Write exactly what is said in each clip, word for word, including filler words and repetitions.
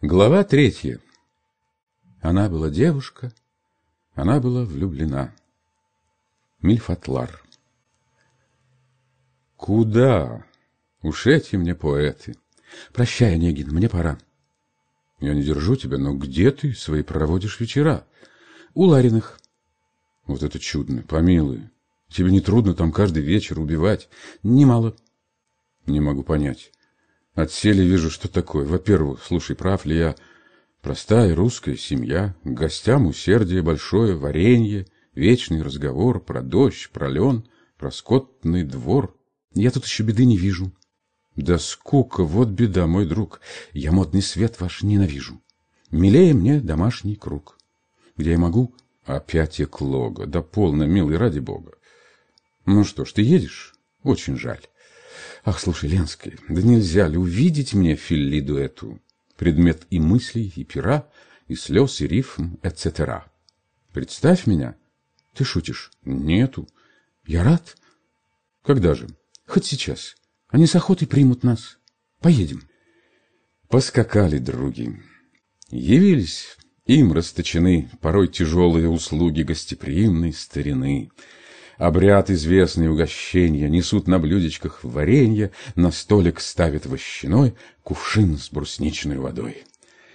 Глава третья. Она была девушка, она была влюблена. Мильфатлар. Куда? Уж эти мне поэты. Прощай, Онегин, мне пора. Я не держу тебя, но где ты свои проводишь вечера? У Лариных. Вот это чудно, помилуй. Тебе не трудно там каждый вечер убивать? Немало. Не могу понять. От сели вижу, что такое. Во-первых, слушай, прав ли я? Простая русская семья, к гостям усердие большое, варенье, вечный разговор про дождь, про лен, про скотный двор. Я тут еще беды не вижу. Да скука, вот беда, мой друг. Я модный свет ваш ненавижу. Милее мне домашний круг, где я могу опять эклога. Да полно, милый, ради бога. Ну что ж, ты едешь? Очень жаль. Ах, слушай, Ленская, да нельзя ли увидеть мне Филлиду эту, предмет и мыслей, и пера, и слез, и рифм, et cetera. Представь меня. Ты шутишь? Нету. Я рад. Когда же? Хоть сейчас. Они с охотой примут нас. Поедем. Поскакали други. Явились, им расточены порой тяжелые услуги гостеприимной старины. Обряд известный угощенья, несут на блюдечках варенье, на столик ставят вощаной кувшин с брусничной водой.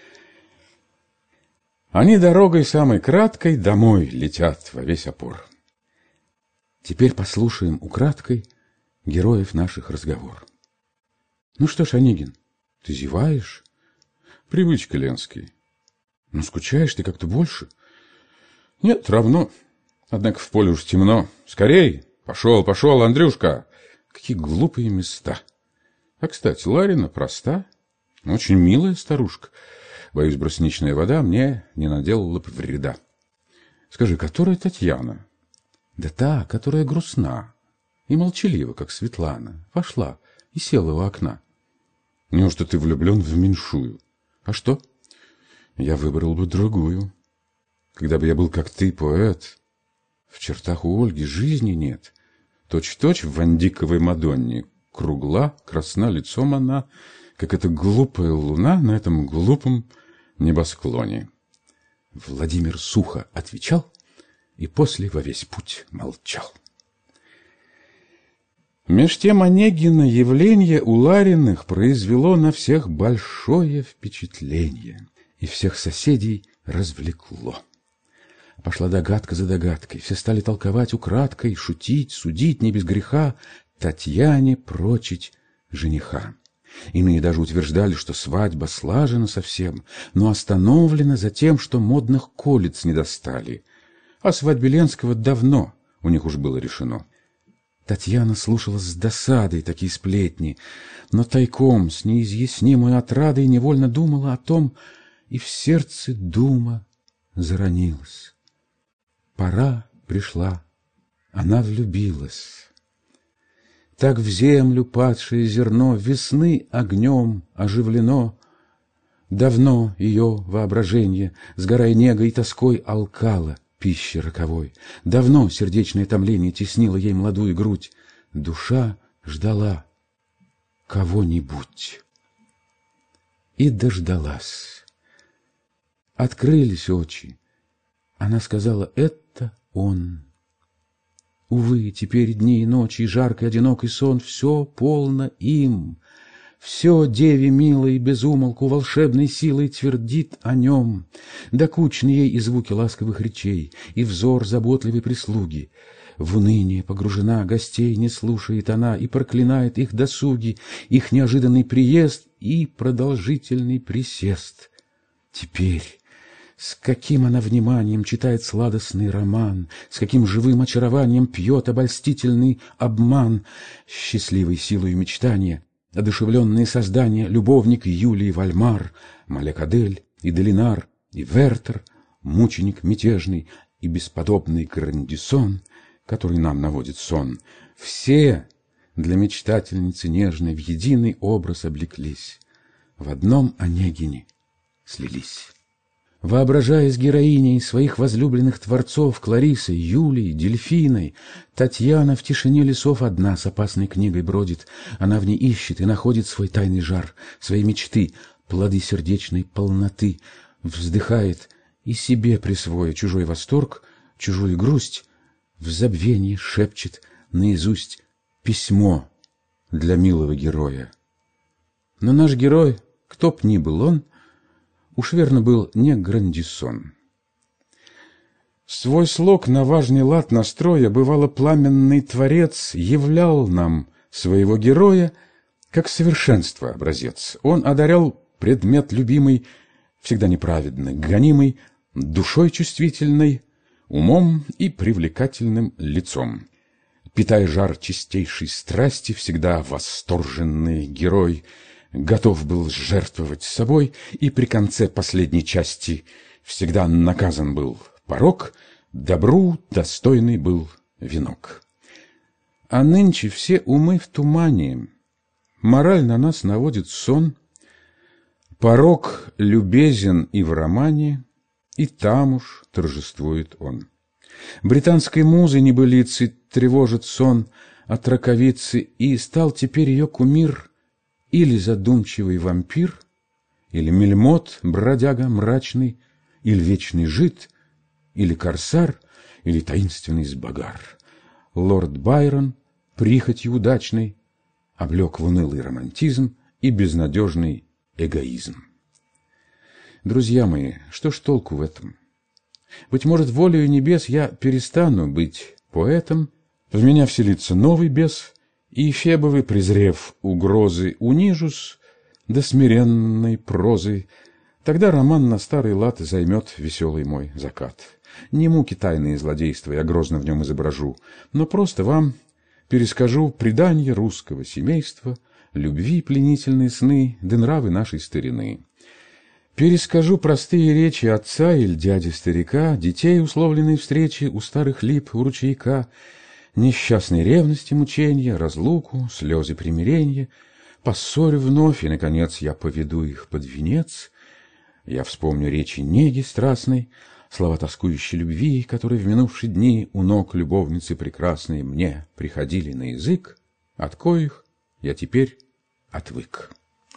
Они дорогой самой краткой домой летят во весь опор. Теперь послушаем украдкой героев наших разговор. Ну что ж, Онегин, ты зеваешь? Привычка, Ленский. Ну, скучаешь ты как-то больше? Нет, равно. Однако в поле уж темно. Скорей! Пошел, пошел, Андрюшка! Какие глупые места! А, кстати, Ларина проста. Очень милая старушка. Боюсь, брусничная вода мне не наделала бы вреда. Скажи, которая Татьяна? Да та, которая грустна и молчалива, как Светлана. Вошла и села у окна. Неужто ты влюблен в меньшую? А что? Я выбрал бы другую. Когда бы я был, как ты, поэт... В чертах у Ольги жизни нет. Точь-в-точь в Вандиковой Мадонне. Кругла, красна лицом она, как эта глупая луна на этом глупом небосклоне. Владимир сухо отвечал и после во весь путь молчал. Меж тем Онегина явление у Лариных произвело на всех большое впечатление и всех соседей развлекло. Пошла догадка за догадкой, все стали толковать украдкой, шутить, судить не без греха, Татьяне прочить жениха. Иные даже утверждали, что свадьба слажена совсем, но остановлена за тем, что модных колец не достали. О свадьбе Ленского давно у них уж было решено. Татьяна слушала с досадой такие сплетни, но тайком с неизъяснимой отрадой невольно думала о том, и в сердце дума заронилась. Пора пришла, она влюбилась. Так в землю падшее зерно весны огнем оживлено. Давно ее воображение, сгорая негой и тоской, алкало пищи роковой. Давно сердечное томление теснило ей молодую грудь. Душа ждала кого-нибудь. И дождалась. Открылись очи. Она сказала: это он. Увы, теперь дни и ночи, и жаркий одинокий сон, все полно им. Все деве милой без умолку волшебной силой твердит о нем. Докучны ей и звуки ласковых речей, и взор заботливой прислуги. В уныние погружена, гостей не слушает она, и проклинает их досуги, их неожиданный приезд и продолжительный присест. Теперь... С каким она вниманием читает сладостный роман, с каким живым очарованием пьет обольстительный обман, счастливой силой мечтания, одушевленные создания, любовник Юлии Вальмар, Малек-Адель и Делинар, и Вертер, мученик мятежный и бесподобный Грандисон, который нам наводит сон, все для мечтательницы нежной в единый образ облеклись, в одном Онегине слились. Воображаясь героиней своих возлюбленных творцов Кларисой, Юлией, Дельфиной, Татьяна в тишине лесов одна с опасной книгой бродит. Она в ней ищет и находит свой тайный жар, свои мечты, плоды сердечной полноты, вздыхает и себе присвоя чужой восторг, чужую грусть, в забвении шепчет наизусть письмо для милого героя. Но наш герой, кто б ни был он, уж верно был не Грандисон. Свой слог на важный лад настроя, бывало, пламенный творец являл нам своего героя как совершенство образец. Он одарял предмет любимый, всегда неправедно гонимый, душой чувствительной, умом и привлекательным лицом. Питая жар чистейшей страсти, всегда восторженный герой готов был жертвовать собой, и при конце последней части всегда наказан был порок, добру достойный был венок. А нынче все умы в тумане, мораль на нас наводит сон, порок любезен и в романе, и там уж торжествует он. Британской музы небылицы тревожит сон от раковицы, и стал теперь ее кумир или задумчивый вампир, или мельмот, бродяга мрачный, или вечный жид, или корсар, или таинственный сбогар. Лорд Байрон, прихотью удачной, облек в унылый романтизм и безнадежный эгоизм. Друзья мои, что ж толку в этом? Быть может, волею небес я перестану быть поэтом, в меня вселится новый бес, и Фебовы, презрев угрозы, унижусь до смиренной прозы. Тогда роман на старый лад займет веселый мой закат. Не муки тайные злодейства я грозно в нем изображу, но просто вам перескажу преданье русского семейства, любви пленительные сны, да нравы нашей старины. Перескажу простые речи отца или дяди-старика, детей условленной встречи у старых лип, у ручейка, несчастной ревности мученья, разлуку, слезы примиренья, поссорю вновь, и, наконец, я поведу их под венец. Я вспомню речи неги страстной, слова тоскующей любви, которые в минувшие дни у ног любовницы прекрасной мне приходили на язык, от коих я теперь отвык.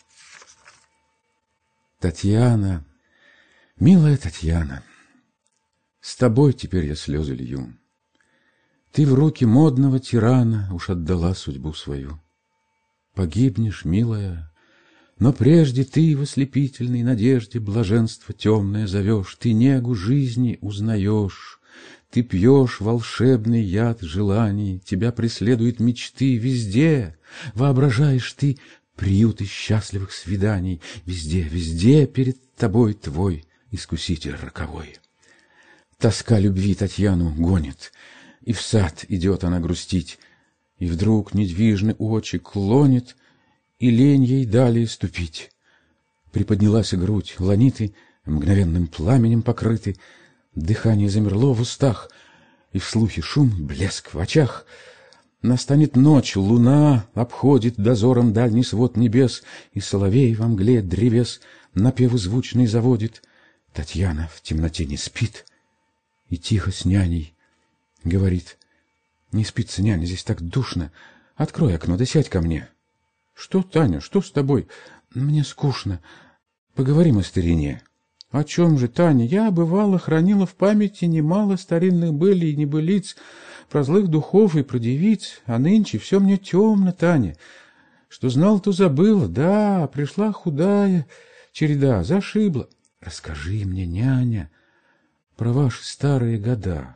Татьяна, милая Татьяна, с тобой теперь я слезы лью. Ты в руки модного тирана уж отдала судьбу свою. Погибнешь, милая, но прежде ты в ослепительной надежде блаженство темное зовешь, ты негу жизни узнаешь, ты пьешь волшебный яд желаний, тебя преследуют мечты везде, воображаешь ты приюты счастливых свиданий, везде, везде перед тобой твой искуситель роковой. Тоска любви Татьяну гонит, и в сад идет она грустить, и вдруг недвижны очи клонит, и лень ей далее ступить. Приподнялась грудь, ланиты мгновенным пламенем покрыты, дыхание замерло в устах, и в слухе шум, блеск в очах. Настанет ночь, луна обходит дозором дальний свод небес, и соловей во мгле древес напевы звучный заводит. Татьяна в темноте не спит и тихо с няней говорит: «Не спится, няня, здесь так душно. Открой окно, да сядь ко мне». «Что, Таня, что с тобой? Мне скучно. Поговорим о старине». «О чем же, Таня? Я, бывало, хранила в памяти немало старинных былей и небылиц, про злых духов и про девиц, а нынче все мне темно, Таня. Что знал, то забыла. Да, пришла худая череда, зашибла. Расскажи мне, няня, про ваши старые года.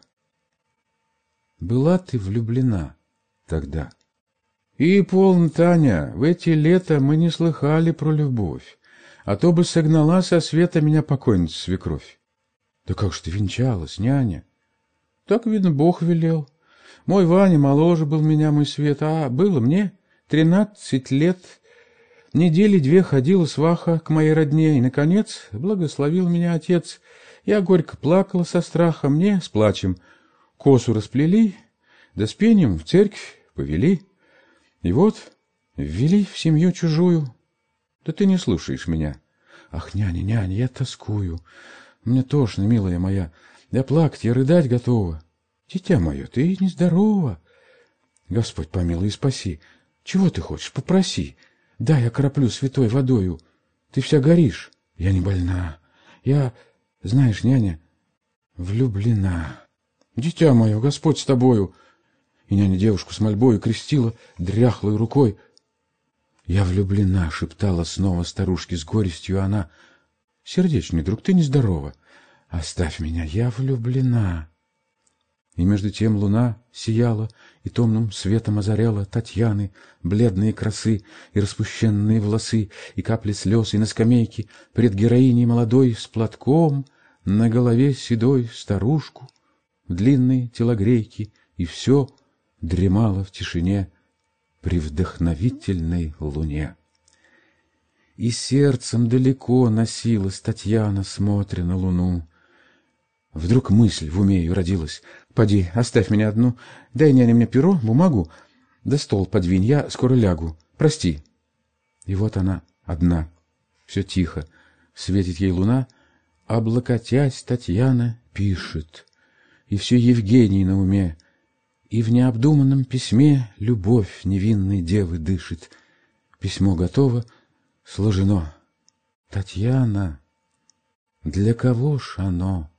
Была ты влюблена тогда?» «И полно, Таня, в эти лета мы не слыхали про любовь, а то бы согнала со света меня покойница свекровь». «Да как ж ты венчалась, няня?» «Так, видно, Бог велел. Мой Ваня моложе был меня, мой свет, а было мне тринадцать лет. Недели две ходила сваха к моей родне, и, наконец, благословил меня отец. Я горько плакала со страха, мне с плачем косу расплели, да с пением в церковь повели. И вот ввели в семью чужую. Да ты не слушаешь меня. Ах, няня, няня, я тоскую. Мне тошно, милая моя. Я плакать, я рыдать готова. Дитя мое, ты нездорова. Господь помилуй и спаси. Чего ты хочешь? Попроси. Дай окроплю святой водою. Ты вся горишь. Я не больна. Я, знаешь, няня, влюблена. Дитя мое, Господь с тобою. И няня девушку с мольбою крестила дряхлой рукой. Я влюблена, шептала снова старушке с горестью она. Сердечный друг, ты нездорова. Оставь меня, я влюблена. И между тем луна сияла и томным светом озаряла Татьяны бледные красы и распущенные волосы, и капли слез, и на скамейке пред героиней молодой с платком на голове седой старушку в длинной телогрейке, и все дремало в тишине при вдохновительной луне. И сердцем далеко носилась Татьяна, смотря на луну. Вдруг мысль в уме ее родилась. Поди, оставь меня одну, дай, няня, мне перо, бумагу, да стол подвинь, я скоро лягу, прости. И вот она одна, все тихо, светит ей луна, облокотясь, Татьяна пишет, и все Евгений на уме, и в необдуманном письме любовь невинной девы дышит. Письмо готово, сложено. Татьяна, для кого ж оно?